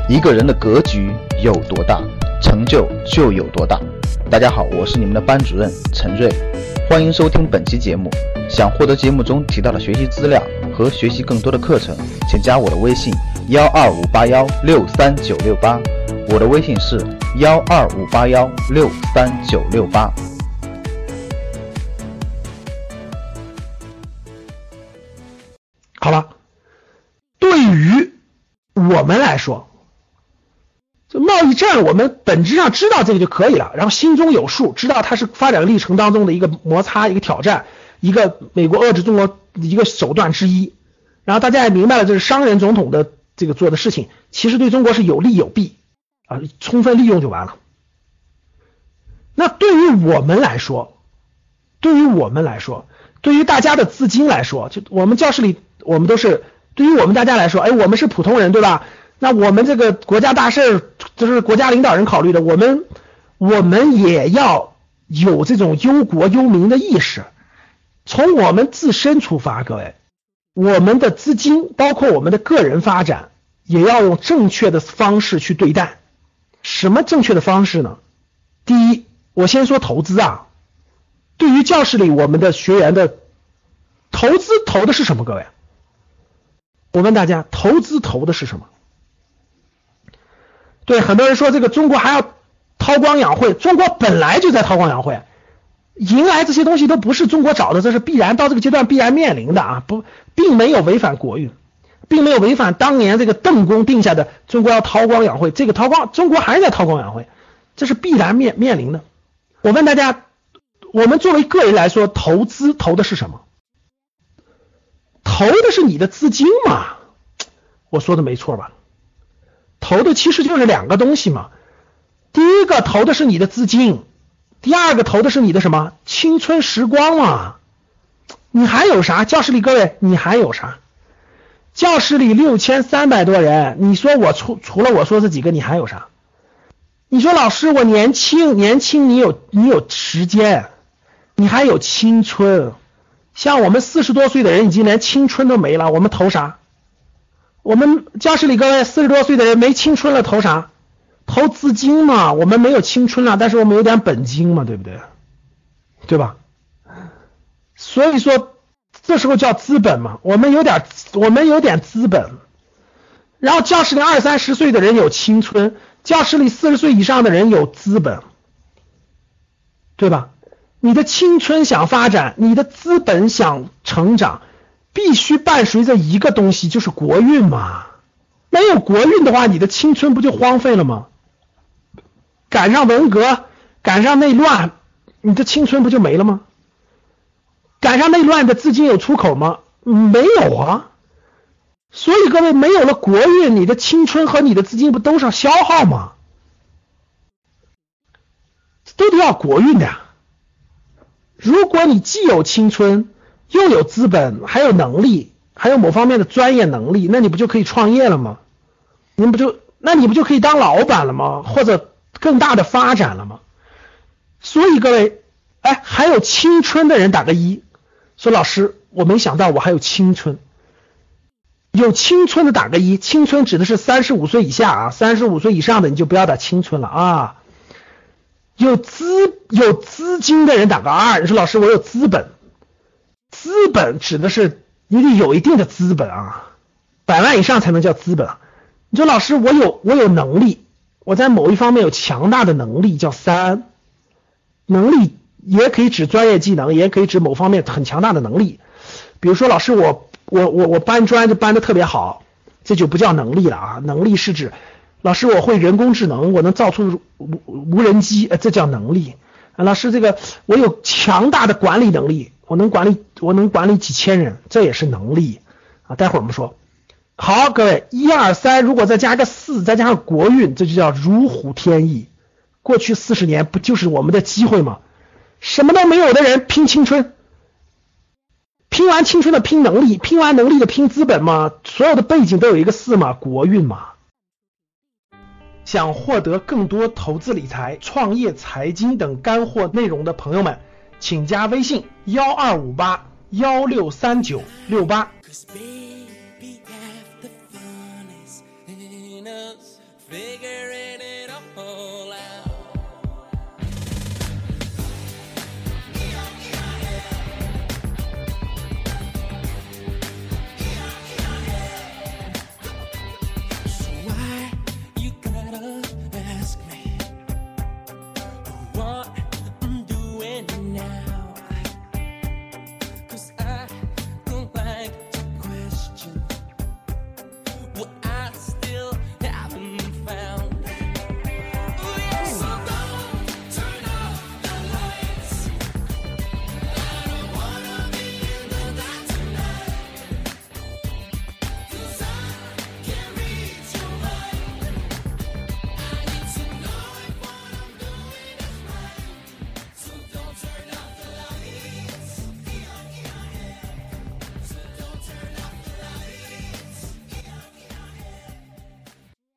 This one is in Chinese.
一个人的格局有多大，成就有多大。大家好，我是你们的班主任陈瑞，欢迎收听本期节目。想获得节目中提到的学习资料和学习更多的课程，请加我的微信12581639668，我的微信是12581639668。 好了，对于我们来说，就贸易战我们本质上知道这个就可以了，然后心中有数，知道它是发展历程当中的一个摩擦，一个挑战，一个美国遏制中国一个手段之一，然后大家也明白了这是商人总统的这个做的事情，其实对中国是有利有弊啊，充分利用就完了。那对于我们来说，对于大家的资金来说，就我们教室里我们都是，对于我们大家来说，我们是普通人对吧？那我们这个国家大事就是国家领导人考虑的，我们也要有这种忧国忧民的意识，从我们自身出发，各位，我们的资金包括我们的个人发展也要用正确的方式去对待。什么正确的方式呢？第一，我先说投资啊，对于教室里我们的学员的投资投的是什么？各位，我问大家，投资投的是什么？对，很多人说这个中国还要韬光养晦，中国本来就在韬光养晦，迎来这些东西都不是中国找的，这是必然到这个阶段必然面临的啊，并没有违反国运，并没有违反当年这个邓公定下的中国要韬光养晦，这个中国还在韬光养晦，这是必然面临的。我问大家，我们作为个人来说，投资投的是什么？投的是你的资金嘛？我说的没错吧？投的其实就是两个东西嘛。第一个投的是你的资金，第二个投的是你的什么？青春时光嘛。你还有啥？教室里各位，你还有啥？教室里6300多人，你说我除了我说这几个，你还有啥？你说老师我年轻你有时间，你还有青春。像我们40多岁的人已经连青春都没了，我们投啥？我们教室里各位40多岁的人没青春了，投啥？投资金嘛。我们没有青春了，但是我们有点本金嘛，对不对？对吧？所以说这时候叫资本嘛，我们有点资本。然后教室里20、30岁的人有青春，教室里40岁以上的人有资本，对吧？你的青春想发展，你的资本想成长，必须伴随着一个东西，就是国运嘛。没有国运的话，你的青春不就荒废了吗？赶上文革，赶上内乱，你的青春不就没了吗？赶上内乱的资金有出口吗？没有啊。所以各位，没有了国运，你的青春和你的资金不都是消耗吗？都得要国运的呀。如果你既有青春又有资本还有能力还有某方面的专业能力，那你不就可以创业了吗？你不就可以当老板了吗？或者更大的发展了吗？所以各位，还有青春的人打个1，说老师我没想到我还有青春。有青春的打个1，青春指的是35岁以下啊，35岁以上的你就不要打青春了啊。有资金的人打个2，你说老师我有资本，资本指的是你得有一定的资本啊，100万以上才能叫资本。你说老师我有能力，我在某一方面有强大的能力，叫3。能力也可以指专业技能，也可以指某方面很强大的能力。比如说老师我搬砖就搬得特别好，这就不叫能力了啊。能力是指老师我会人工智能，我能造出无人机，这叫能力。老师这个我有强大的管理能力，我能管理几千人，这也是能力啊。待会儿我们说。好，各位1、2、3，如果再加个4，再加上国运，这就叫如虎添翼。过去40年不就是我们的机会吗？什么都没有的人拼青春，拼完青春的拼能力，拼完能力的拼资本嘛，所有的背景都有一个4嘛，国运嘛。想获得更多投资理财、创业、财经等干货内容的朋友们，请加微信12581639668。